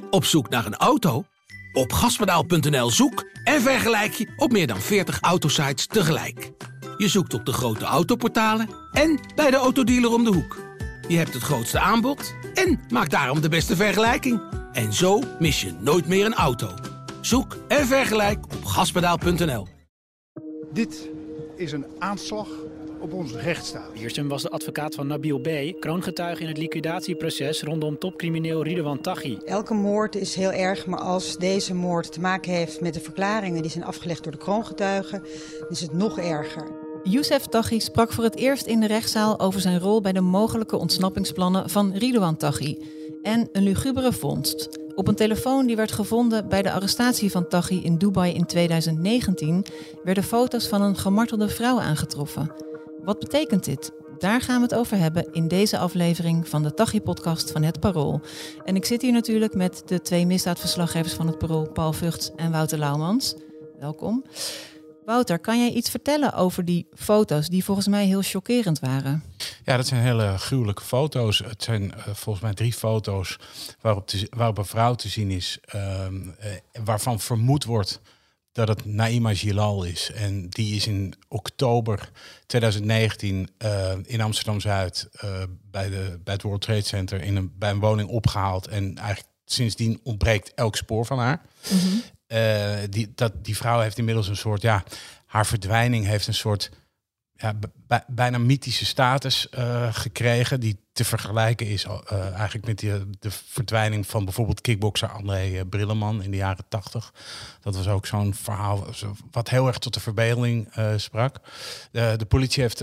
Op zoek naar een auto? Op gaspedaal.nl zoek en vergelijk je op meer dan 40 autosites tegelijk. Je zoekt op de grote autoportalen en bij de autodealer om de hoek. Je hebt het grootste aanbod en maakt daarom de beste vergelijking. En zo mis je nooit meer een auto. Zoek en vergelijk op gaspedaal.nl. Dit is een aanslag op onze rechtsstaat. Wiersum was de advocaat van Nabil B., kroongetuige in het liquidatieproces rondom topcrimineel Ridouan Taghi. Elke moord is heel erg, maar als deze moord te maken heeft met de verklaringen die zijn afgelegd door de kroongetuigen, is het nog erger. Youssef Taghi sprak voor het eerst in de rechtszaal over zijn rol bij de mogelijke ontsnappingsplannen van Ridouan Taghi en een lugubere vondst. Op een telefoon die werd gevonden bij de arrestatie van Taghi in Dubai in 2019 werden foto's van een gemartelde vrouw aangetroffen. Wat betekent dit? Daar gaan we het over hebben in deze aflevering van de Taghi-podcast van Het Parool. En ik zit hier natuurlijk met de 2 misdaadverslaggevers van Het Parool, Paul Vugts en Wouter Laumans. Welkom. Wouter, kan jij iets vertellen over die foto's die volgens mij heel chockerend waren? Ja, dat zijn hele gruwelijke foto's. Het zijn volgens mij 3 foto's waarop een vrouw te zien is, waarvan vermoed wordt dat het Naïma Gilal is. En die is in oktober 2019 in Amsterdam-Zuid bij het World Trade Center bij een woning opgehaald. En eigenlijk sindsdien ontbreekt elk spoor van haar. Mm-hmm. Die vrouw heeft inmiddels een soort, haar verdwijning heeft een soort bijna mythische status gekregen, die te vergelijken is eigenlijk met de verdwijning van bijvoorbeeld kickbokser André Brilleman in de jaren 80. Dat was ook zo'n verhaal wat heel erg tot de verbeelding sprak. De politie heeft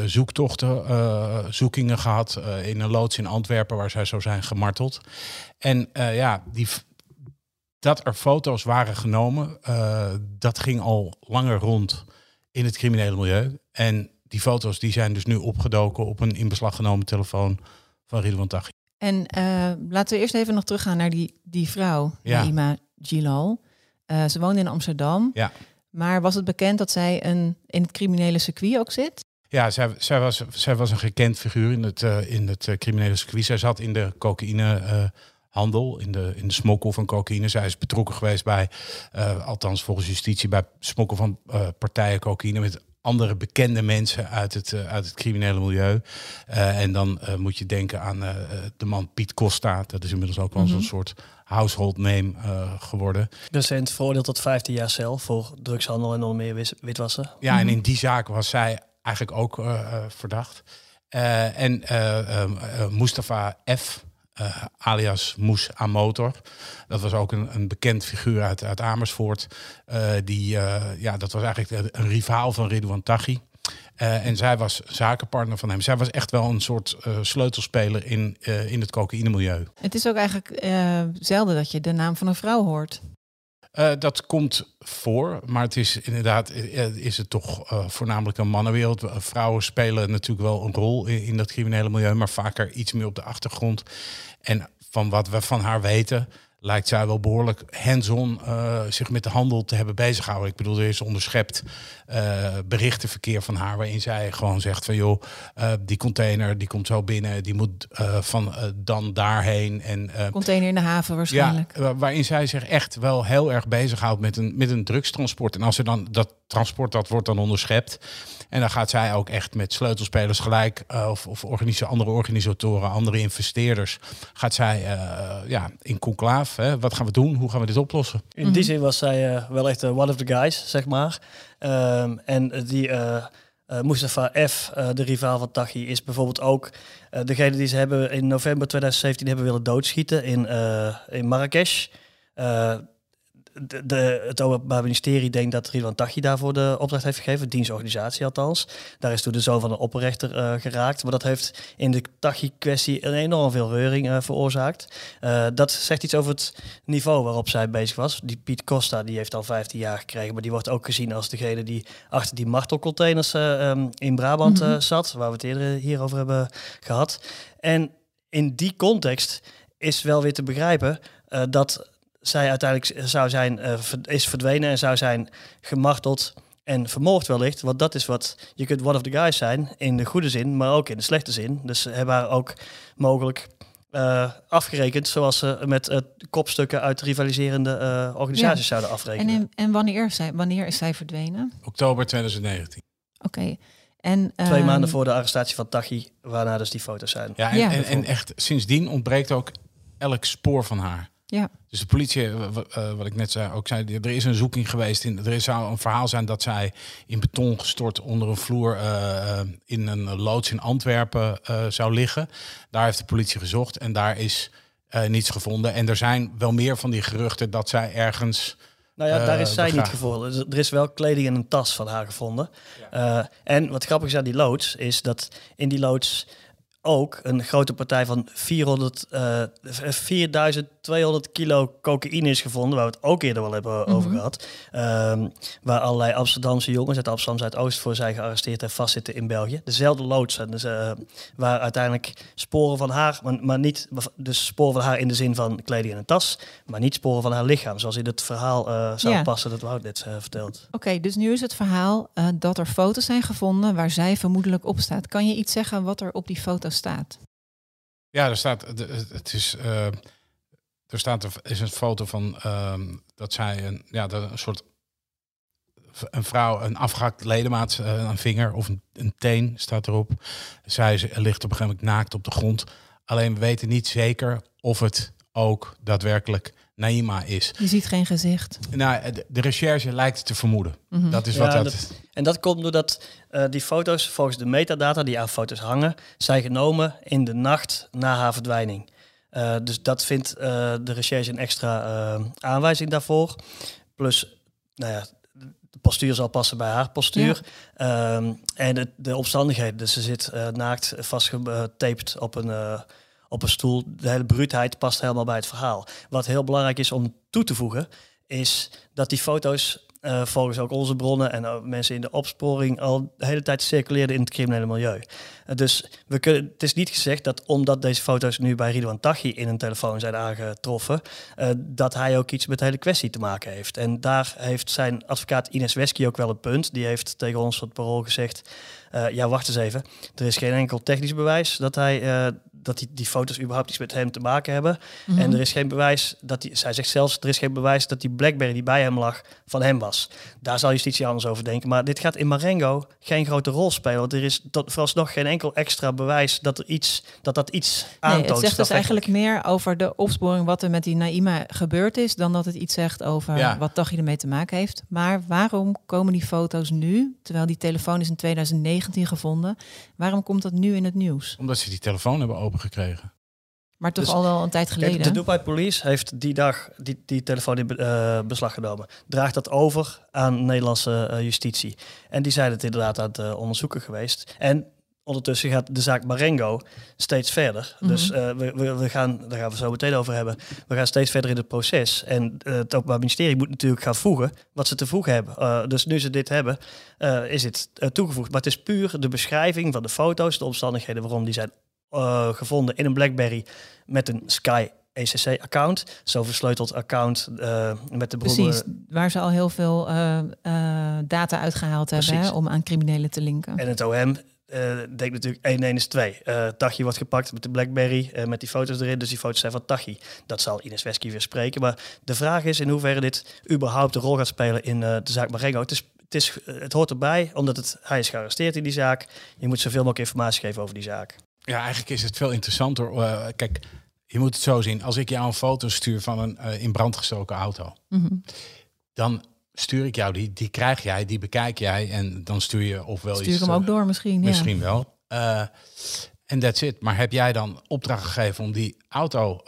zoekingen gehad in een loods in Antwerpen waar zij zou zijn gemarteld. En dat er foto's waren genomen, dat ging al langer rond in het criminele milieu. En die foto's die zijn dus nu opgedoken op een in beslag genomen telefoon van Ridouan Taghi. En laten we eerst even nog teruggaan naar die vrouw, Naïma Gilal. Ze woonde in Amsterdam. Ja. Maar was het bekend dat zij in het criminele circuit ook zit? Ja, zij was een gekend figuur in het criminele circuit. Zij zat in de cocaïnehandel, in de smokkel van cocaïne. Zij is betrokken geweest bij, althans volgens justitie, bij smokkel van partijen cocaïne met andere bekende mensen uit het criminele milieu. En dan moet je denken aan de man Piet Costa. Dat is inmiddels ook wel zo'n soort household name geworden. Recent veroordeeld tot 15 jaar cel voor drugshandel en nog meer witwassen. Ja, en in die zaak was zij eigenlijk ook verdacht. En Mustafa F., alias Moes Amotor. Dat was ook een bekend figuur uit Amersfoort. Dat was eigenlijk een rivaal van Ridouan Taghi. En zij was zakenpartner van hem. Zij was echt wel een soort sleutelspeler in het cocaïnemilieu. Het is ook eigenlijk zelden dat je de naam van een vrouw hoort. Dat komt voor, maar het is inderdaad toch voornamelijk een mannenwereld. Vrouwen spelen natuurlijk wel een rol in dat criminele milieu, maar vaker iets meer op de achtergrond. En van wat we van haar weten, lijkt zij wel behoorlijk hands-on zich met de handel te hebben bezighouden. Ik bedoel, er is onderschept berichtenverkeer van haar, waarin zij gewoon zegt van joh, die container die komt zo binnen, die moet van dan daarheen. En container in de haven waarschijnlijk. Ja, waarin zij zich echt wel heel erg bezighoudt met een drugstransport. En als er dan dat transport, dat wordt dan onderschept. En dan gaat zij ook echt met sleutelspelers gelijk, of andere organisatoren, andere investeerders, gaat zij in conclave. Wat gaan we doen? Hoe gaan we dit oplossen? In die zin was zij wel echt one of the guys, zeg maar. En die Mustafa F., de rivaal van Taghi, is bijvoorbeeld ook degene die ze hebben in november 2017 hebben willen doodschieten in Marrakesh. Het Openbaar Ministerie denkt dat Ridouan Taghi daarvoor de opdracht heeft gegeven, dienstorganisatie althans. Daar is toen de zoon van een opperrechter geraakt. Maar dat heeft in de Taghi-kwestie een enorm veel reuring veroorzaakt. Dat zegt iets over het niveau waarop zij bezig was. Die Piet Costa die heeft al 15 jaar gekregen, maar die wordt ook gezien als degene die achter die martelcontainers in Brabant zat, waar we het eerder hierover hebben gehad. En in die context is wel weer te begrijpen dat zij uiteindelijk is verdwenen en zou zijn gemarteld en vermoord wellicht. Want dat is wat, je kunt one of the guys zijn in de goede zin, maar ook in de slechte zin. Dus ze hebben haar ook mogelijk afgerekend zoals ze met kopstukken uit rivaliserende organisaties zouden afrekenen. En wanneer is zij verdwenen? Oktober 2019. Oké. En 2 maanden voor de arrestatie van Taghi, waarna dus die foto's zijn. Ja, en echt sindsdien ontbreekt ook elk spoor van haar. Ja. Dus de politie, wat ik net zei, ook zei, er is een zoeking geweest. Er zou een verhaal zijn dat zij in beton gestort onder een vloer in een loods in Antwerpen zou liggen. Daar heeft de politie gezocht en daar is niets gevonden. En er zijn wel meer van die geruchten dat zij ergens... Nou ja, daar is zij niet gevonden. Dus er is wel kleding en een tas van haar gevonden. Ja. En wat grappig is aan die loods, is dat in die loods ook een grote partij van 4200 kilo cocaïne is gevonden, waar we het ook eerder wel hebben over gehad. Waar allerlei Amsterdamse jongens uit Amsterdam Zuidoost voor zijn gearresteerd en vastzitten in België. Dezelfde loods, dus, waar uiteindelijk sporen van haar, maar niet dus sporen van haar in de zin van kleding en een tas, maar niet sporen van haar lichaam, zoals in het verhaal zou passen dat Wout net vertelt. Oké, dus nu is het verhaal dat er foto's zijn gevonden waar zij vermoedelijk op staat. Kan je iets zeggen wat er op die foto's staat? Ja, er staat. Is een foto van dat zij een soort een vrouw, een afgehakt ledemaat, een vinger of een teen staat erop. Zij ligt op een gegeven moment naakt op de grond. Alleen we weten niet zeker of het ook daadwerkelijk Naïma is. Je ziet geen gezicht. Nou, de recherche lijkt te vermoeden. Mm-hmm. Dat is En dat komt doordat die foto's volgens de metadata die aan foto's hangen, zijn genomen in de nacht na haar verdwijning. Dus dat vindt de recherche een extra aanwijzing daarvoor. Plus, de postuur zal passen bij haar postuur. Ja. En de omstandigheden. Dus ze zit naakt vastgetaped op een stoel. De hele bruutheid past helemaal bij het verhaal. Wat heel belangrijk is om toe te voegen, is dat die foto's volgens ook onze bronnen en mensen in de opsporing al de hele tijd circuleerden in het criminele milieu. Dus het is niet gezegd dat omdat deze foto's nu bij Ridouan Taghi in een telefoon zijn aangetroffen, dat hij ook iets met de hele kwestie te maken heeft. En daar heeft zijn advocaat Ines Wesky ook wel een punt. Die heeft tegen ons van het Parool gezegd, wacht eens even, er is geen enkel technisch bewijs dat die foto's überhaupt iets met hem te maken hebben. Mm-hmm. En er is geen bewijs zij zegt zelfs, er is geen bewijs dat die BlackBerry die bij hem lag van hem was. Daar zal justitie anders over denken. Maar dit gaat in Marengo geen grote rol spelen. Want er is vooralsnog geen enkel extra bewijs dat iets aantoont. Nee, het zegt dus eigenlijk meer over de opsporing wat er met die Naïma gebeurd is, dan dat het iets zegt over wat Taghi ermee te maken heeft. Maar waarom komen die foto's nu, terwijl die telefoon is in 2019 gevonden, waarom komt dat nu in het nieuws? Omdat ze die telefoon hebben opengekregen. Maar toch al wel een tijd geleden. De Dubai Police heeft die dag die telefoon in beslag genomen. Draagt dat over aan Nederlandse justitie. En die zijn het inderdaad aan het onderzoeken geweest. En ondertussen gaat de zaak Marengo steeds verder. Mm-hmm. Dus daar gaan we zo meteen over hebben. We gaan steeds verder in het proces. En het Openbaar Ministerie moet natuurlijk gaan voegen wat ze te voegen hebben. Dus nu ze dit hebben, is het toegevoegd. Maar het is puur de beschrijving van de foto's, de omstandigheden waarom die zijn gevonden in een BlackBerry met een Sky ECC-account. Zo'n versleuteld account met de bronnen. Precies, waar ze al heel veel data uitgehaald hebben om aan criminelen te linken. En het OM denkt natuurlijk 1 is 2. Taghi wordt gepakt met de BlackBerry met die foto's erin. Dus die foto's zijn van Taghi. Dat zal Ines Wesky weer spreken. Maar de vraag is in hoeverre dit überhaupt een rol gaat spelen in de zaak Marengo. Het hoort erbij, omdat hij is gearresteerd in die zaak. Je moet zoveel mogelijk informatie geven over die zaak. Ja, eigenlijk is het veel interessanter. Kijk, je moet het zo zien. Als ik jou een foto stuur van een in brand gestoken auto, mm-hmm. dan stuur ik jou die krijg jij, die bekijk jij en dan stuur je ofwel iets. Stuur ik hem ook door misschien. Misschien wel. En that's it. Maar heb jij dan opdracht gegeven om die auto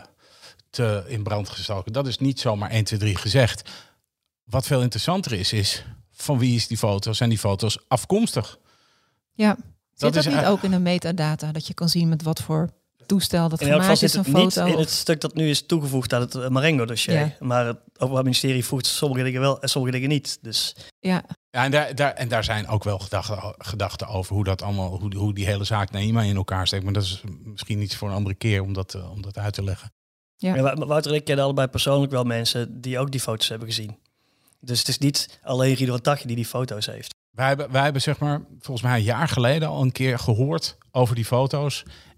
te in brand gestoken? Dat is niet zomaar 1, 2, 3 gezegd. Wat veel interessanter is van wie is die foto? Zijn die foto's afkomstig? Ja. Zit dat niet ook in de metadata? Dat je kan zien met wat voor toestel dat gemaakt is, een foto? Niet in het stuk dat nu is toegevoegd aan het Marengo-dossier. Ja. Maar het Openbaar Ministerie voegt sommige dingen wel en sommige dingen niet. Dus. Ja, en daar zijn ook wel gedachten over hoe dat allemaal, hoe die hele zaak Naïma in elkaar steekt. Maar dat is misschien iets voor een andere keer om dat uit te leggen. Ja. Ja, Wouter en ik kennen allebei persoonlijk wel mensen die ook die foto's hebben gezien. Dus het is niet alleen Ridouan Taghi die foto's heeft. Wij hebben zeg maar volgens mij een jaar geleden al een keer gehoord over die foto's.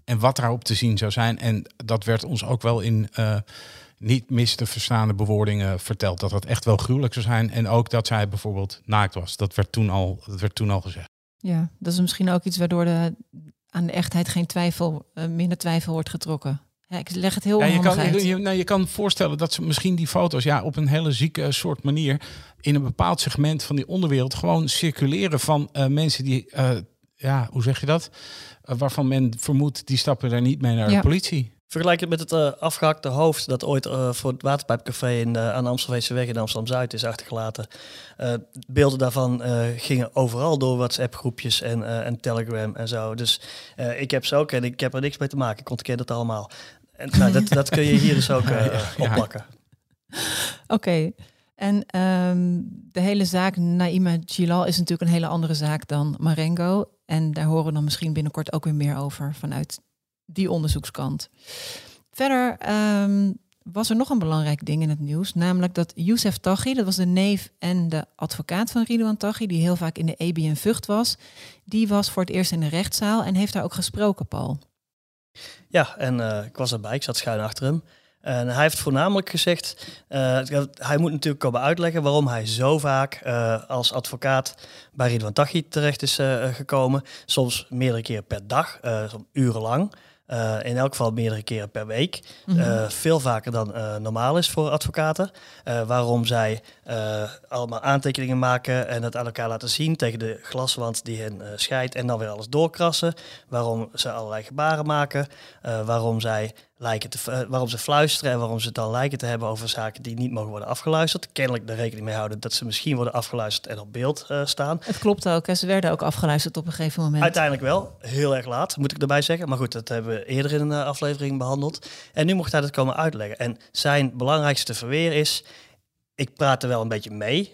En wat daarop te zien zou zijn. En dat werd ons ook wel in niet mis te verstaande bewoordingen verteld. Dat het echt wel gruwelijk zou zijn. En ook dat zij bijvoorbeeld naakt was. Dat werd toen al gezegd. Ja, dat is misschien ook iets waardoor aan de echtheid geen minder twijfel wordt getrokken. Ja, ik leg het heel onhandig uit. Je kan voorstellen dat ze misschien die foto's op een hele zieke soort manier in een bepaald segment van die onderwereld gewoon circuleren van mensen die, hoe zeg je dat? Waarvan men vermoedt, die stappen daar niet mee naar de politie. Vergelijk het met het afgehakte hoofd dat ooit voor het Waterpijpcafé aan de Amstelveenseweg in Amsterdam-Zuid is achtergelaten. Beelden daarvan gingen overal door WhatsApp-groepjes en Telegram en zo. Dus ik heb ze ook en ik heb er niks mee te maken. Ik ontken het allemaal. En dat kun je hier dus ook opplakken. Oké. En de hele zaak Naïma Jilal is natuurlijk een hele andere zaak dan Marengo. En daar horen we dan misschien binnenkort ook weer meer over vanuit die onderzoekskant. Verder was er nog een belangrijk ding in het nieuws. Namelijk dat Youssef Taghi, dat was de neef en de advocaat van Ridouan Taghi, die heel vaak in de EBI in Vught was. Die was voor het eerst in de rechtszaal en heeft daar ook gesproken, Paul. Ja, en ik was erbij. Ik zat schuin achter hem. En hij heeft voornamelijk gezegd, hij moet natuurlijk komen uitleggen waarom hij zo vaak als advocaat bij Ridouan Taghi terecht is gekomen. Soms meerdere keren per dag, soms urenlang. In elk geval meerdere keren per week. Veel vaker dan normaal is voor advocaten. Waarom zij allemaal aantekeningen maken en het aan elkaar laten zien tegen de glaswand die hen scheidt en dan weer alles doorkrassen. Waarom ze allerlei gebaren maken. Waarom ze fluisteren en waarom ze het dan lijken te hebben over zaken die niet mogen worden afgeluisterd. Kennelijk er rekening mee houden dat ze misschien worden afgeluisterd en op beeld staan. Het klopt ook. Ze werden ook afgeluisterd op een gegeven moment. Uiteindelijk wel. Heel erg laat, moet ik erbij zeggen. Maar goed, dat hebben we eerder in een aflevering behandeld. En nu mocht hij dat komen uitleggen. En zijn belangrijkste verweer is: ik praat er wel een beetje mee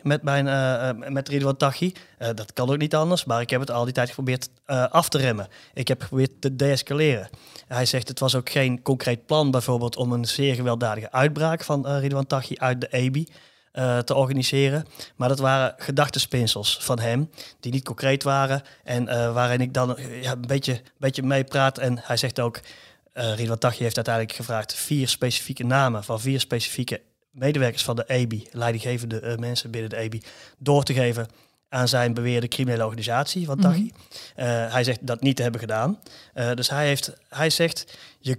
met Ridouan Taghi. Dat kan ook niet anders, maar ik heb het al die tijd geprobeerd af te remmen. Ik heb geprobeerd te deescaleren. Hij zegt, het was ook geen concreet plan bijvoorbeeld om een zeer gewelddadige uitbraak van Ridouan Taghi uit de EBI te organiseren. Maar dat waren gedachtenspinsels van hem die niet concreet waren en waarin ik dan een beetje meepraat. En hij zegt ook, Ridouan Taghi heeft uiteindelijk gevraagd 4 specifieke namen van 4 specifieke medewerkers van de EBI, leidinggevende mensen binnen de EBI, door te geven aan zijn beweerde criminele organisatie van Taghi. Hij zegt dat niet te hebben gedaan. Dus hij zegt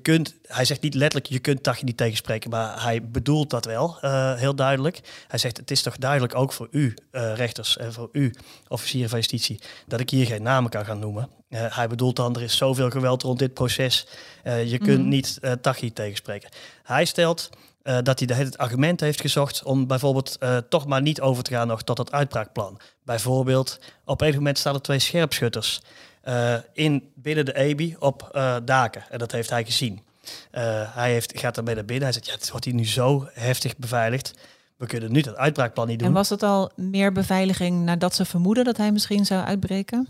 niet letterlijk, je kunt Taghi niet tegenspreken, maar hij bedoelt dat wel heel duidelijk. Hij zegt, het is toch duidelijk ook voor u, rechters, en voor u, officieren van justitie, dat ik hier geen namen kan gaan noemen. Hij bedoelt dan, er is zoveel geweld rond dit proces, je kunt niet Taghi tegenspreken. Hij stelt dat hij het argument heeft gezocht om bijvoorbeeld toch maar niet over te gaan nog tot het uitbraakplan. Bijvoorbeeld, op een moment staan er 2 scherpschutters binnen de EBI op daken. En dat heeft hij gezien. Hij gaat ermee naar binnen. Hij zegt, het wordt hier nu zo heftig beveiligd. We kunnen nu dat uitbraakplan niet doen. En was het al meer beveiliging nadat ze vermoeden dat hij misschien zou uitbreken?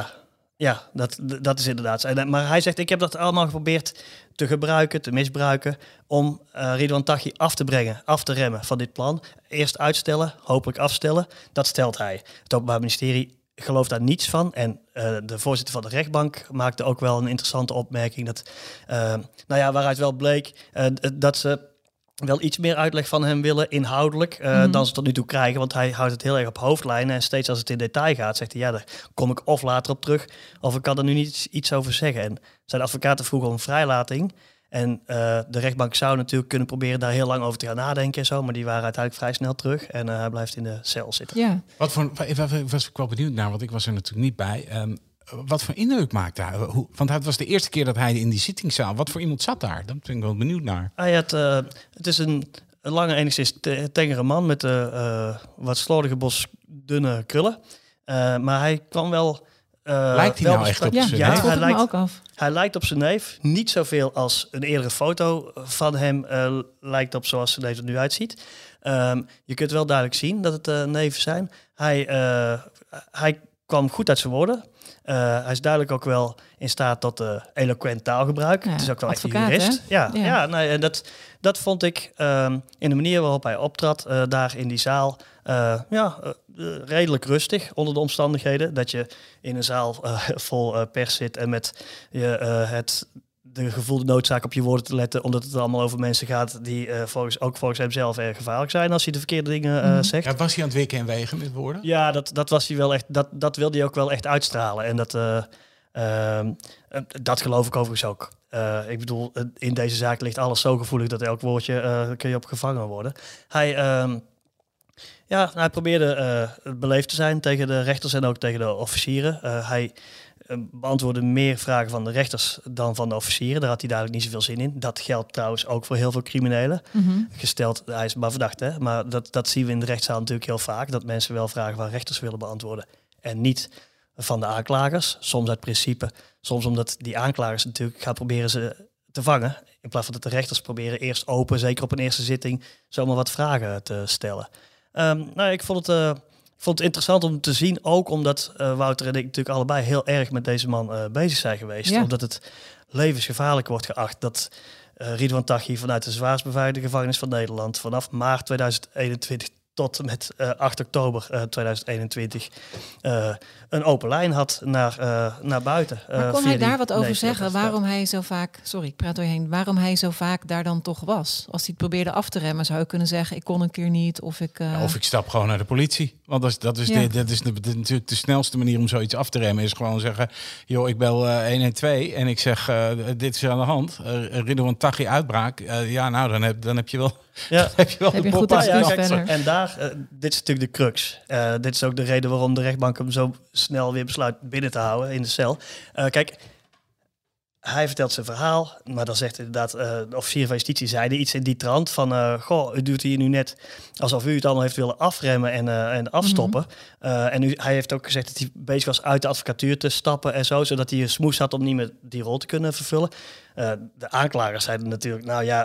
Ja, dat is inderdaad. Maar hij zegt, ik heb dat allemaal geprobeerd te gebruiken, te misbruiken, om Ridouan Taghi af te remmen van dit plan. Eerst uitstellen, hopelijk afstellen. Dat stelt hij. Het Openbaar Ministerie gelooft daar niets van. En de voorzitter van de rechtbank maakte ook wel een interessante opmerking. Dat, waaruit wel bleek dat ze wel iets meer uitleg van hem willen, inhoudelijk, dan ze tot nu toe krijgen. Want hij houdt het heel erg op hoofdlijnen. En steeds als het in detail gaat, zegt hij, daar kom ik of later op terug, of ik kan er nu niet iets over zeggen. En zijn advocaten vroegen om vrijlating. En de rechtbank zou natuurlijk kunnen proberen daar heel lang over te gaan nadenken en zo. Maar die waren uiteindelijk vrij snel terug. En hij blijft in de cel zitten. Ja. Was ik wel benieuwd naar, want ik was er natuurlijk niet bij. Wat voor indruk maakte hij? Want het was de eerste keer dat hij in die zittingszaal... Wat voor iemand zat daar? Daar ben ik wel benieuwd naar. Het is een lange, enigszins tengere man met wat slordige bos dunne krullen. Maar hij kwam wel... lijkt hij nou echt op zijn neef? Hij lijkt ook af. Hij lijkt op zijn neef. Niet zoveel als een eerdere foto van hem lijkt op zoals zijn neef er nu uitziet. Je kunt wel duidelijk zien dat het neven zijn. Hij kwam goed uit zijn woorden. Hij is duidelijk ook wel in staat tot eloquent taalgebruik. Ja, het is ook wel advocaat, echt een jurist. hè? Dat vond ik in de manier waarop hij optrad daar in die zaal redelijk rustig onder de omstandigheden. Dat je in een zaal vol pers zit en met de gevoelde noodzaak op je woorden te letten, omdat het allemaal over mensen gaat die volgens hemzelf erg gevaarlijk zijn als hij de verkeerde dingen zegt. Ja, was hij aan het wikken en wegen met woorden? Ja, dat was hij wel echt. Dat wilde hij ook wel echt uitstralen. En dat geloof ik overigens ook. Ik bedoel, in deze zaak ligt alles zo gevoelig dat elk woordje kun je op gevangen worden. Hij probeerde beleefd te zijn tegen de rechters en ook tegen de officieren. Hij beantwoordde meer vragen van de rechters dan van de officieren. Daar had hij duidelijk niet zoveel zin in. Dat geldt trouwens ook voor heel veel criminelen. Gesteld, hij is maar verdacht, hè? Maar dat zien we in de rechtszaal natuurlijk heel vaak. Dat mensen wel vragen van rechters willen beantwoorden. En niet van de aanklagers. Soms uit principe. Soms omdat die aanklagers natuurlijk gaan proberen ze te vangen. In plaats van dat de rechters proberen eerst open, zeker op een eerste zitting, zomaar wat vragen te stellen. Ik vond het interessant om te zien, ook omdat Wouter en ik natuurlijk allebei heel erg met deze man bezig zijn geweest. Ja. Omdat het levensgevaarlijk wordt geacht dat Ridwan Taghi vanuit de zwaarst beveiligde gevangenis van Nederland vanaf maart 2021 tot met 8 oktober 2021 een open lijn had naar buiten. Maar kon hij daar wat over zeggen? Waarom hij zo vaak... Sorry, ik praat door je heen. Waarom hij zo vaak daar dan toch was? Als hij het probeerde af te remmen, zou je kunnen zeggen, ik kon een keer niet. Of ik stap gewoon naar de politie. Want dat is natuurlijk de snelste manier om zoiets af te remmen. Is gewoon zeggen, joh, ik bel 112 en ik zeg, dit is aan de hand. Ridwan Taghi uitbraak. Dan heb je wel... Ja, heb je goed verder. En dit is natuurlijk de crux. Dit is ook de reden waarom de rechtbank hem zo snel weer besluit binnen te houden in de cel. Kijk, hij vertelt zijn verhaal, maar dan zegt inderdaad de officier van justitie zeide iets in die trant van, u doet hier nu net alsof u het allemaal heeft willen afremmen en afstoppen. Hij heeft ook gezegd dat hij bezig was uit de advocatuur te stappen en zo, zodat hij een smoes had om niet meer die rol te kunnen vervullen. De aanklagers zeiden natuurlijk,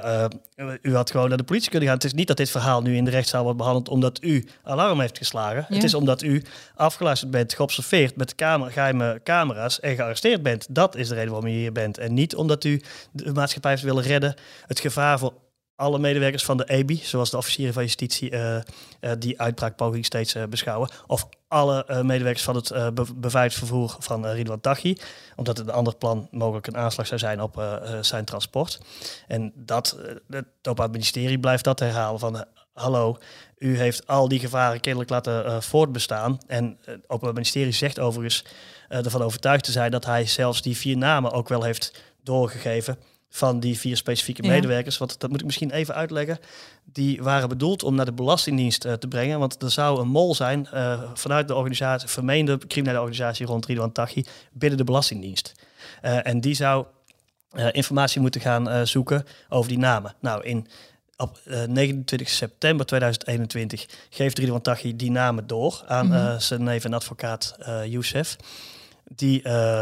u had gewoon naar de politie kunnen gaan. Het is niet dat dit verhaal nu in de rechtszaal wordt behandeld omdat u alarm heeft geslagen. Ja. Het is omdat u afgeluisterd bent, geobserveerd met geheime camera's en gearresteerd bent. Dat is de reden waarom u hier bent. En niet omdat u de maatschappij heeft willen redden. Het gevaar voor alle medewerkers van de EBI, zoals de officieren van justitie die uitbraakpoging steeds beschouwen. Of alle medewerkers van het beveiligd vervoer van Ridwan Taghi. Omdat het een ander plan mogelijk een aanslag zou zijn op zijn transport. En het Openbaar Ministerie blijft dat herhalen van... Hallo, u heeft al die gevaren kennelijk laten voortbestaan. En het Openbaar Ministerie zegt overigens ervan overtuigd te zijn dat hij zelfs die 4 namen ook wel heeft doorgegeven van die 4 specifieke medewerkers. Want dat moet ik misschien even uitleggen. Die waren bedoeld om naar de Belastingdienst te brengen. Want er zou een mol zijn vanuit de organisatie, vermeende criminele organisatie rond Ridwan Taghi binnen de Belastingdienst. En die zou informatie moeten gaan zoeken over die namen. Nou, op 29 september 2021 geeft Ridwan Taghi die namen door aan zijn neef en advocaat Youssef. Die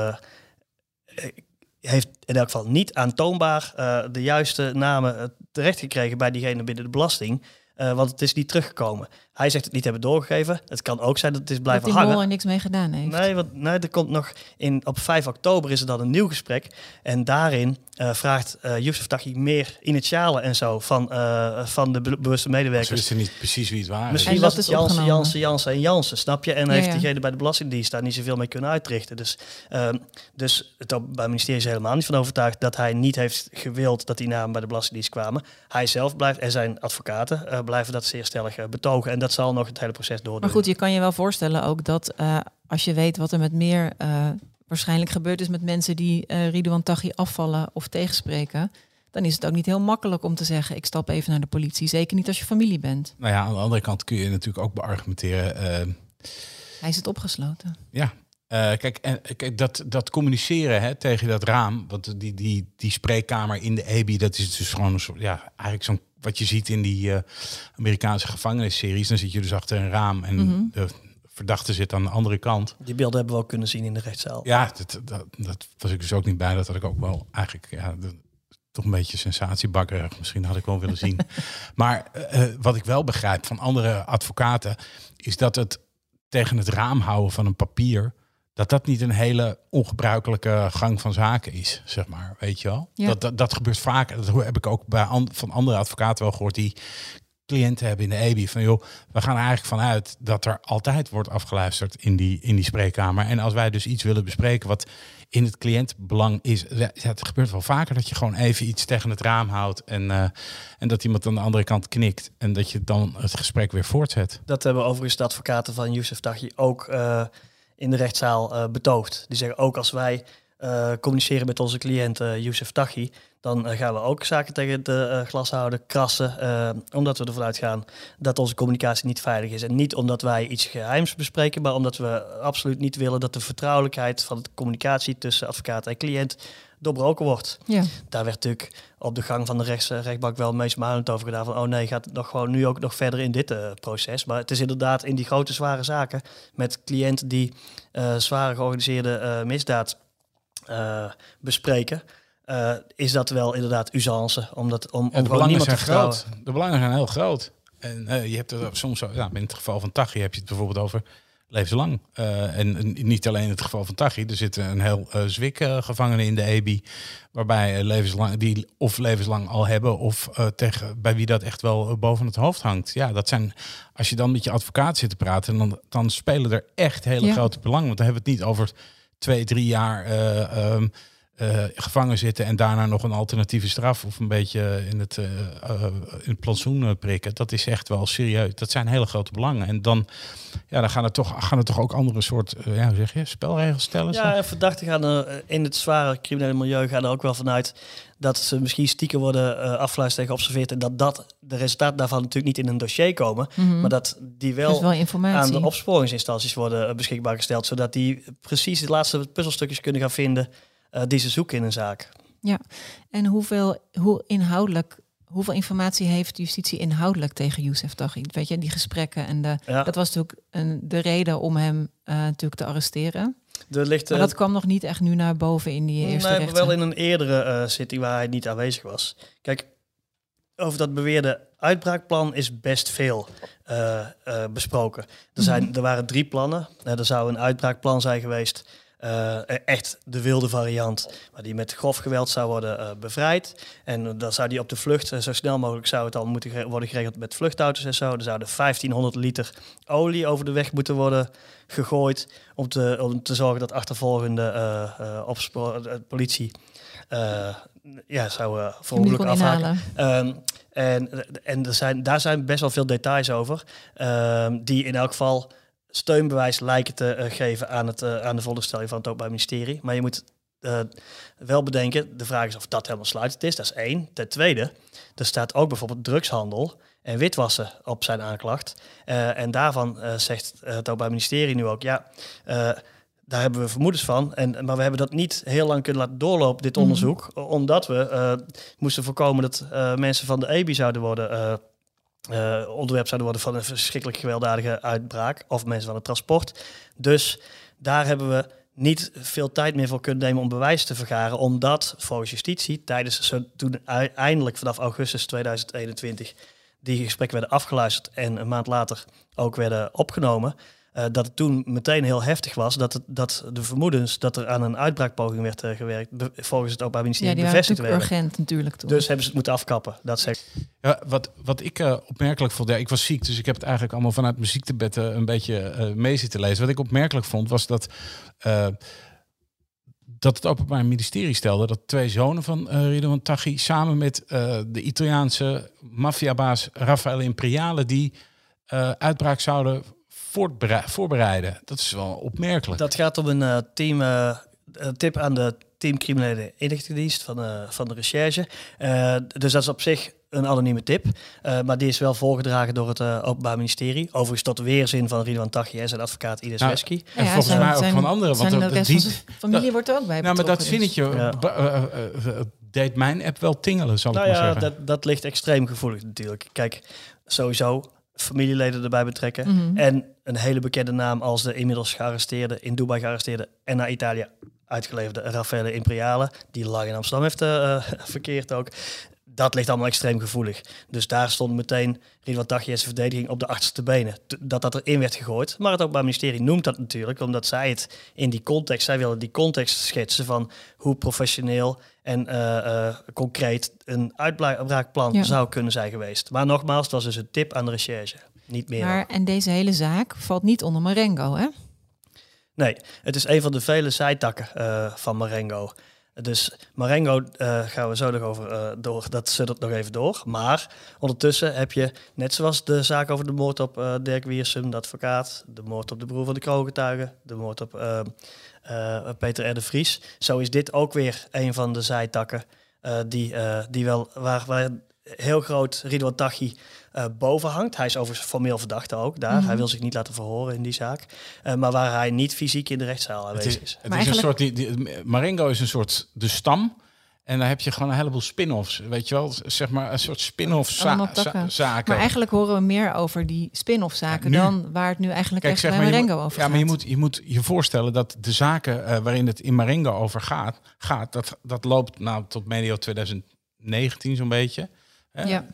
heeft in elk geval niet aantoonbaar de juiste namen terechtgekregen bij diegene binnen de belasting. Want het is niet teruggekomen. Hij zegt het niet hebben doorgegeven. Het kan ook zijn dat het is blijven hangen. Dat die mol er niks mee gedaan heeft. Nee, er komt nog op 5 oktober is er dan een nieuw gesprek. En daarin vraagt Youssef Taghi meer initialen en zo van de bewuste medewerkers. Ze wisten niet precies wie het waren. Misschien was het Jansen en Jansen, snap je? En heeft diegene bij de Belastingdienst daar niet zoveel mee kunnen uitrichten. Dus het Openbaar Ministerie is helemaal niet van overtuigd dat hij niet heeft gewild dat die namen bij de Belastingdienst kwamen. Hij zelf blijft en zijn advocaten blijven dat zeer stellig betogen. En dat zal nog het hele proces doorduren. Maar goed, je kan je wel voorstellen ook dat als je weet wat er met meer waarschijnlijk gebeurd is met mensen die Ridwan Taghi afvallen of tegenspreken, dan is het ook niet heel makkelijk om te zeggen, ik stap even naar de politie. Zeker niet als je familie bent. Nou ja, aan de andere kant kun je natuurlijk ook beargumenteren. Hij is het opgesloten. Ja. Kijk, dat communiceren tegen dat raam, want die spreekkamer in de EBI, dat is dus gewoon een soort, eigenlijk zo'n wat je ziet in die Amerikaanse gevangenisseries. Dan zit je dus achter een raam en de verdachte zit aan de andere kant. Die beelden hebben we ook kunnen zien in de rechtszaal. Ja, dat was ik dus ook niet bij. Dat had ik ook wel eigenlijk toch een beetje sensatiebakkerig. Misschien had ik wel willen zien. Maar wat ik wel begrijp van andere advocaten is dat het tegen het raam houden van een papier, dat niet een hele ongebruikelijke gang van zaken is, zeg maar, weet je wel. Ja. Dat gebeurt vaak. Dat heb ik ook van andere advocaten wel gehoord die cliënten hebben in de EBI van joh, we gaan er eigenlijk vanuit dat er altijd wordt afgeluisterd in die spreekkamer. En als wij dus iets willen bespreken wat in het cliëntbelang is, het gebeurt wel vaker dat je gewoon even iets tegen het raam houdt en dat iemand aan de andere kant knikt en dat je dan het gesprek weer voortzet. Dat hebben overigens de advocaten van Youssef Taghi ook in de rechtszaal betoogd. Die zeggen ook als wij communiceren met onze cliënt Youssef Taghi, dan gaan we ook zaken tegen de glas houden, krassen, omdat we ervan uitgaan dat onze communicatie niet veilig is. En niet omdat wij iets geheims bespreken, maar omdat we absoluut niet willen dat de vertrouwelijkheid van de communicatie tussen advocaat en cliënt doorbroken wordt. Ja. Daar werd natuurlijk op de gang van de rechtbank wel meesmuilend over gedaan van oh nee, gaat het nog gewoon nu ook nog verder in dit proces. Maar het is inderdaad in die grote zware zaken met cliënten die zware georganiseerde misdaad bespreken, is dat wel inderdaad usance. Om gewoon niemand te vertrouwen. De belangen zijn heel groot. En je hebt er soms, in het geval van Taghi heb je het bijvoorbeeld over levenslang. En niet alleen in het geval van Taghi. Er zitten een heel zwik gevangenen in de EBI, waarbij die of levenslang al hebben, of bij wie dat echt wel boven het hoofd hangt. Ja, dat zijn, als je dan met je advocaat zit te praten, dan spelen er echt hele grote belangen. Want dan hebben we het niet over 2-3 jaar gevangen zitten en daarna nog een alternatieve straf of een beetje in het plantsoen prikken. Dat is echt wel serieus. Dat zijn hele grote belangen. En dan gaan er toch ook andere soort hoe zeg je, spelregels stellen. Ja, en verdachten gaan er in het zware criminele milieu gaan er ook wel vanuit dat ze misschien stiekem worden afgeluisterd en geobserveerd en dat de resultaten daarvan natuurlijk niet in een dossier komen, maar dat die wel aan de opsporingsinstanties worden beschikbaar gesteld, zodat die precies de laatste puzzelstukjes kunnen gaan vinden die ze zoeken in een zaak. Ja, en hoeveel informatie heeft justitie inhoudelijk tegen Youssef Taghi? Weet je, die gesprekken en dat was natuurlijk de reden om hem natuurlijk te arresteren. Maar dat kwam nog niet echt nu naar boven in die eerste rechter. Wel in een eerdere zitting waar hij niet aanwezig was. Kijk, over dat beweerde uitbraakplan is best veel besproken. Er waren 3 plannen. Er zou een uitbraakplan zijn geweest. Echt de wilde variant, waar die met grof geweld zou worden bevrijd. En dan zou die op de vlucht, zo snel mogelijk zou het al moeten worden geregeld met vluchtauto's en zo. Er zouden 1500 liter olie over de weg moeten worden gegooid om te zorgen dat achtervolgende politie zou vermoedelijk afhaken. En daar zijn best wel veel details over, die in elk geval steunbewijs lijken te geven aan de veronderstelling van het Openbaar Ministerie. Maar je moet wel bedenken, de vraag is of dat helemaal sluitend is. Dat is 1. Ten tweede, er staat ook bijvoorbeeld drugshandel en witwassen op zijn aanklacht. En daarvan zegt het Openbaar Ministerie nu ook, daar hebben we vermoedens van. Maar we hebben dat niet heel lang kunnen laten doorlopen, dit onderzoek. Omdat we moesten voorkomen dat mensen van de EBI zouden worden onderwerp zouden worden van een verschrikkelijk gewelddadige uitbraak of mensen van het transport. Dus daar hebben we niet veel tijd meer voor kunnen nemen om bewijs te vergaren, omdat volgens justitie toen eindelijk vanaf augustus 2021 die gesprekken werden afgeluisterd en een maand later ook werden opgenomen, dat het toen meteen heel heftig was, dat de vermoedens dat er aan een uitbraakpoging werd gewerkt, volgens het Openbaar Ministerie bevestigd werden. Urgent natuurlijk toen. Dus hebben ze het moeten afkappen. Dat zegt. Ja, wat ik opmerkelijk vond, ik was ziek, dus ik heb het eigenlijk allemaal vanuit mijn ziektebed een beetje mee zitten lezen. Wat ik opmerkelijk vond, was dat het Openbaar Ministerie stelde dat 2 zonen van Ridwan Taghi samen met de Italiaanse maffiabaas Raffaele Imperiale die uitbraak zouden voorbereiden. Dat is wel opmerkelijk. Dat gaat om een tip aan de team criminele inlichtingendienst van de recherche. Dus dat is op zich een anonieme tip. Maar die is wel voorgedragen door het Openbaar Ministerie. Overigens tot weerzin van Ridwan Taghi en zijn advocaat Ides Wesky. En volgens mij ook van anderen. Want de rest van zijn familie wordt er ook bij betrokken. Maar dat zinnetje deed mijn app wel tingelen, zal ik maar zeggen. Dat ligt extreem gevoelig natuurlijk. Kijk, sowieso familieleden erbij betrekken. En een hele bekende naam als de inmiddels gearresteerde, in Dubai gearresteerde en naar Italië uitgeleverde Raffaele Imperiale, die lang in Amsterdam heeft verkeerd ook. Dat ligt allemaal extreem gevoelig. Dus daar stond meteen Ridwan Taghi en zijn verdediging op de achterste benen. Dat erin werd gegooid. Maar het Openbaar Ministerie noemt dat natuurlijk, omdat zij het in die context, zij willen die context schetsen van hoe professioneel en concreet een uitbraakplan zou kunnen zijn geweest. Maar nogmaals, het was dus een tip aan de recherche. Niet meer. Maar, en deze hele zaak valt niet onder Marengo, hè? Nee, het is een van de vele zijtakken van Marengo. Dus Marengo gaan we zo nog over door. Dat zit nog even door. Maar ondertussen heb je, net zoals de zaak over de moord op Dirk Wiersum, de advocaat, de moord op de broer van de kroongetuige, de moord op Peter R. de Vries. Zo is dit ook weer een van de zijtakken die wel waar heel groot Ridwan Taghi boven hangt. Hij is overigens formeel verdachte ook daar. Mm-hmm. Hij wil zich niet laten verhoren in die zaak. Maar waar hij niet fysiek in de rechtszaal aanwezig is. Het is een soort, Marengo is een soort de stam. En dan heb je gewoon een heleboel spin-offs. Weet je wel, zeg maar een soort spin-off zaken. Maar eigenlijk horen we meer over die spin-off zaken dan waar het nu eigenlijk echt bij Marengo over gaat. Ja, maar je moet je voorstellen dat de zaken waarin het in Marengo over gaat dat loopt nou tot medio 2019 zo'n beetje. Ja.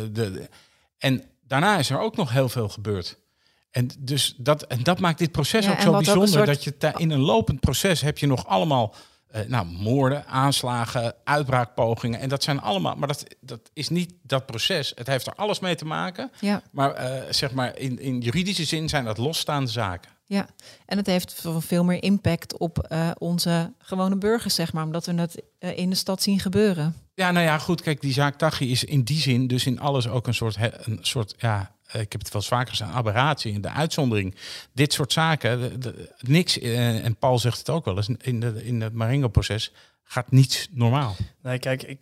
En daarna is er ook nog heel veel gebeurd. En dus dat maakt dit proces ook zo bijzonder. Ook dat je in een lopend proces heb je nog allemaal moorden, aanslagen, uitbraakpogingen. En dat zijn allemaal, maar dat is niet dat proces. Het heeft er alles mee te maken. Ja. Maar zeg maar in juridische zin zijn dat losstaande zaken. Ja, en het heeft veel meer impact op onze gewone burgers, zeg maar, omdat we het in de stad zien gebeuren. Ja, nou ja, goed, kijk, die zaak Taghi is in die zin dus in alles ook een soort ik heb het wel eens vaker gezegd, een aberratie, de uitzondering. Dit soort zaken, niks, en Paul zegt het ook wel eens, in het Marengo-proces gaat niets normaal. Nee, kijk,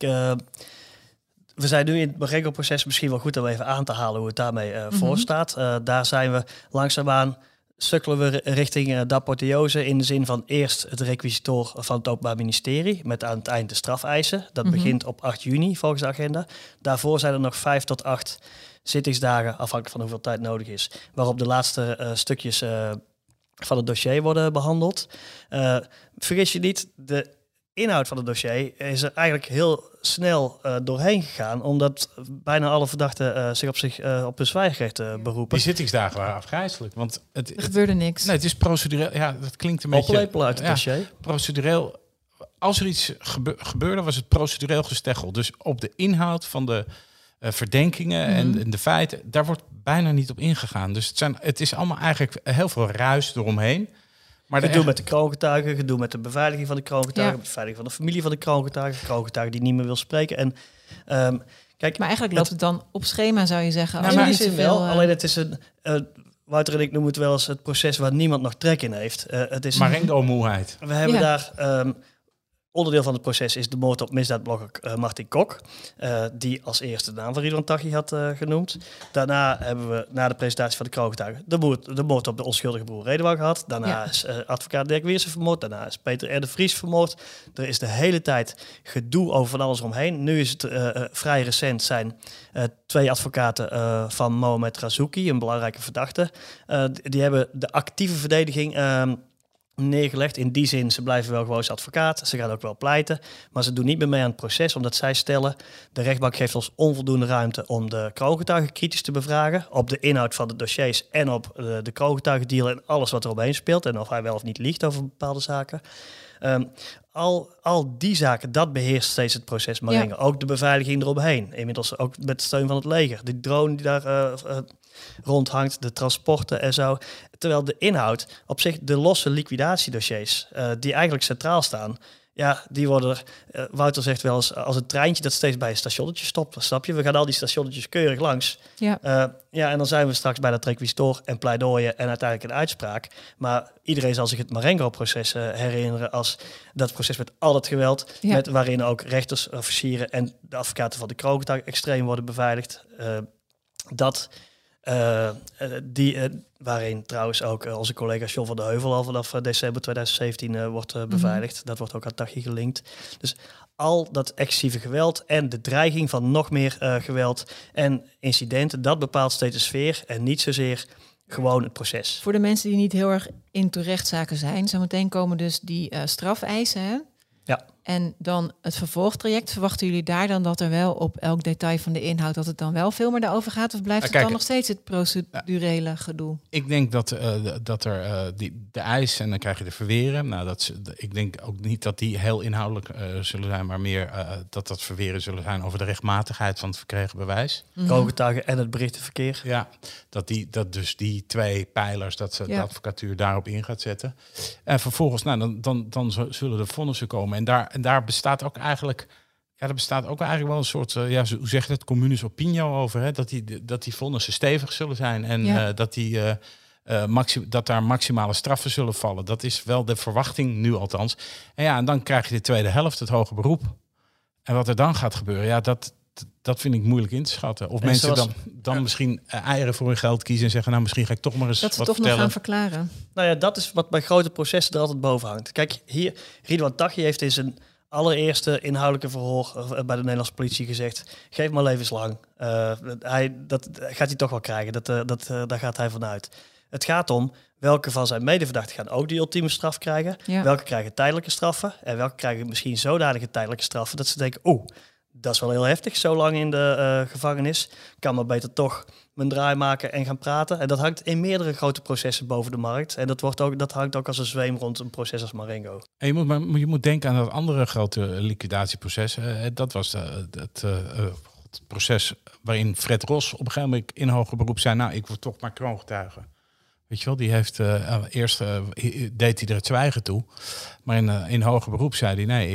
we zijn nu in het Marengo-proces misschien wel goed om even aan te halen hoe het daarmee voor staat. Daar zijn we langzaamaan, sukkelen we richting d'apotheose in de zin van eerst het requisitor van het Openbaar Ministerie met aan het eind de strafeisen. Dat begint op 8 juni volgens de agenda. Daarvoor zijn er nog 5 tot 8 zittingsdagen, afhankelijk van hoeveel tijd nodig is, waarop de laatste stukjes van het dossier worden behandeld. Vergis je niet, de inhoud van het dossier is er eigenlijk heel snel doorheen gegaan, omdat bijna alle verdachten zich op hun zwijgrecht beroepen. Die zittingsdagen waren afgrijselijk, want er gebeurde niks. Nee, het is procedureel. Ja, dat klinkt een beetje oplepelen uit het dossier. Procedureel. Als er iets gebeurde, was het procedureel gesteggel. Dus op de inhoud van de verdenkingen en de feiten, daar wordt bijna niet op ingegaan. Dus het is allemaal eigenlijk heel veel ruis eromheen. Maar gedoe met de kroongetuigen, gedoe met de beveiliging van de kroongetuigen, de beveiliging van de familie van de kroongetuigen die niet meer wil spreken. En kijk, maar eigenlijk loopt het dan op schema, zou je zeggen. Nou, maar is het wel. Alleen het is een Wouter en ik noemen het wel eens het proces waar niemand nog trek in heeft. Het is Marengo-moeheid. We hebben daar onderdeel van het proces is de moord op misdaadblogger Martin Kok, die als eerste de naam van Ridwan Taghi had genoemd. Daarna hebben we, na de presentatie van de kroongetuigen, de moord op de onschuldige broer Redouan gehad. Daarna is advocaat Dirk Wiersum vermoord. Daarna is Peter R. de Vries vermoord. Er is de hele tijd gedoe over van alles omheen. Nu is het vrij recent zijn 2 advocaten van Mohamed Razouki, een belangrijke verdachte. Die hebben de actieve verdediging neergelegd. In die zin, ze blijven wel gewoon als advocaat. Ze gaan ook wel pleiten. Maar ze doen niet meer mee aan het proces, omdat zij stellen, de rechtbank geeft ons onvoldoende ruimte om de kroongetuigen kritisch te bevragen op de inhoud van de dossiers en op de kroongetuigendeal en alles wat er omheen speelt en of hij wel of niet liegt over bepaalde zaken. Al die zaken, dat beheerst steeds het proces Marengo. Ook de beveiliging eromheen. Inmiddels ook met steun van het leger. De drone die daar rondhangt, de transporten en zo. Terwijl de inhoud, op zich de losse liquidatiedossiers, die eigenlijk centraal staan, ja, die worden, Wouter zegt wel eens, als een treintje dat steeds bij een stationnetje stopt. Snap je? We gaan al die stationnetjes keurig langs. Ja. En dan zijn we straks bij dat requisitor en pleidooien en uiteindelijk een uitspraak. Maar iedereen zal zich het Marengo-proces herinneren als dat proces met al het geweld, waarin ook rechters, officieren en de advocaten van de kroongetuigen extreem worden beveiligd. Waarin trouwens ook onze collega John van de Heuvel al vanaf december 2017 wordt beveiligd. Dat wordt ook aan Taghi gelinkt. Dus al dat excessieve geweld en de dreiging van nog meer geweld en incidenten, dat bepaalt steeds de sfeer en niet zozeer gewoon het proces. Voor de mensen die niet heel erg into rechtszaken zijn, zometeen komen dus die strafeisen, hè? Ja. En dan het vervolgtraject. Verwachten jullie daar dan dat er wel op elk detail van de inhoud... dat het dan wel veel meer daarover gaat? Of blijft het dan nog steeds het procedurele gedoe? Ik denk dat er de eis en dan krijg je de verweren. Nou, ik denk ook niet dat die heel inhoudelijk zullen zijn... maar meer dat verweren zullen zijn over de rechtmatigheid van het verkregen bewijs. Kroongetuigen en het berichtenverkeer. Ja, dat dus die 2 pijlers, dat de advocatuur daarop in gaat zetten. En vervolgens, dan zullen de vonnissen komen. En daar bestaat ook eigenlijk... Ja, er bestaat ook eigenlijk wel een soort, hoe zeg je het, communis opinio over. Hè? Dat die vonnissen stevig zullen zijn en dat daar maximale straffen zullen vallen. Dat is wel de verwachting nu althans. En dan krijg je de tweede helft, het hoger beroep. En wat er dan gaat gebeuren, dat vind ik moeilijk in te schatten. Of en mensen dan misschien eieren voor hun geld kiezen en zeggen... nou, misschien ga ik toch maar eens wat vertellen. Dat ze toch nog gaan verklaren. Nou ja, dat is wat bij grote processen er altijd boven hangt. Kijk, hier, Ridwan Taghi heeft in zijn allereerste inhoudelijke verhoor bij de Nederlandse politie gezegd... geef maar levenslang. Dat gaat hij toch wel krijgen. Daar gaat hij vanuit. Het gaat om welke van zijn medeverdachten gaan ook die ultieme straf krijgen. Ja. Welke krijgen tijdelijke straffen. En welke krijgen misschien zodanige tijdelijke straffen... dat ze denken, dat is wel heel heftig, zo lang in de gevangenis. Ik kan maar beter toch mijn draai maken en gaan praten. En dat hangt in meerdere grote processen boven de markt. En dat hangt ook als een zweem rond een proces als Marengo. En je moet denken aan dat andere grote liquidatieproces. Dat was het proces waarin Fred Ros op een gegeven moment in hoger beroep zei... nou, ik word toch maar kroongetuige. Weet je wel, die heeft eerst deed hij er het zwijgen toe. Maar in hoger beroep zei hij, nee,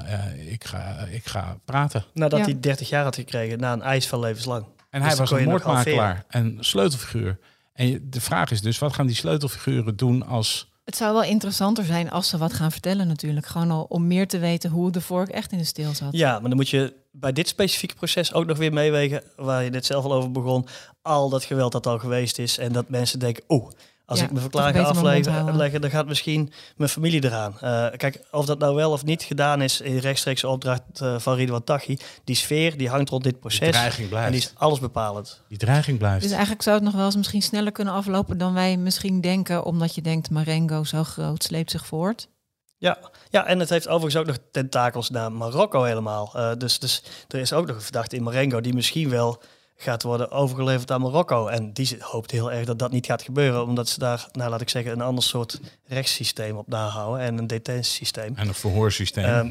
ik ga praten. Nadat hij 30 jaar had gekregen, na een eis van levenslang. En hij was een moordmakelaar en sleutelfiguur. En de vraag is dus, wat gaan die sleutelfiguren doen als... Het zou wel interessanter zijn als ze wat gaan vertellen natuurlijk. Gewoon al om meer te weten hoe de vork echt in de steel zat. Ja, maar dan moet je bij dit specifieke proces ook nog weer meewegen... waar je net zelf al over begon. Al dat geweld dat al geweest is. En dat mensen denken, als ik mijn verklaring ga afleggen... dan gaat misschien mijn familie eraan. Kijk, of dat nou wel of niet gedaan is... in rechtstreekse opdracht van Ridwan Taghi... die sfeer die hangt rond dit proces. Die dreiging blijft. En die is alles bepalend. Die dreiging blijft. Dus eigenlijk zou het nog wel eens misschien sneller kunnen aflopen... dan wij misschien denken... omdat je denkt, Marengo zo groot sleept zich voort. Ja, en het heeft overigens ook nog tentakels naar Marokko helemaal. Dus er is ook nog een verdachte in Marengo... die misschien wel... gaat worden overgeleverd aan Marokko. En die hoopt heel erg dat dat niet gaat gebeuren... omdat ze daar, laat ik zeggen... een ander soort rechtssysteem op nahouden... en een detentiesysteem. En een verhoorsysteem.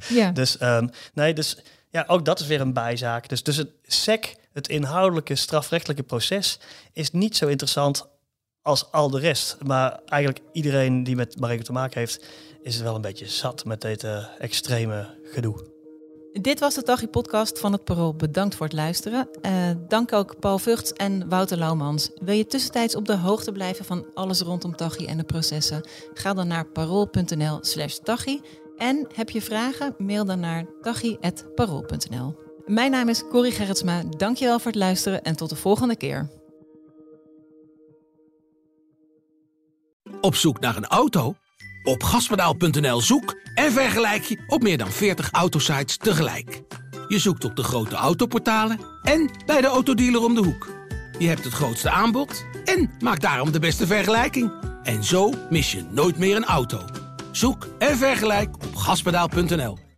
Dus ook dat is weer een bijzaak. Dus het SEC, het inhoudelijke strafrechtelijke proces... is niet zo interessant als al de rest. Maar eigenlijk iedereen die met Marengo te maken heeft... is het wel een beetje zat met dit extreme gedoe. Dit was de Taghi-podcast van het Parool. Bedankt voor het luisteren. Dank ook Paul Vugts en Wouter Laumans. Wil je tussentijds op de hoogte blijven van alles rondom Taghi en de processen? Ga dan naar parool.nl/Taghi. En heb je vragen? Mail dan naar taghi@parool.nl. Mijn naam is Corrie Gerritsma. Dankjewel voor het luisteren en tot de volgende keer. Op zoek naar een auto? Op gaspedaal.nl zoek en vergelijk je op meer dan 40 autosites tegelijk. Je zoekt op de grote autoportalen en bij de autodealer om de hoek. Je hebt het grootste aanbod en maakt daarom de beste vergelijking. En zo mis je nooit meer een auto. Zoek en vergelijk op gaspedaal.nl.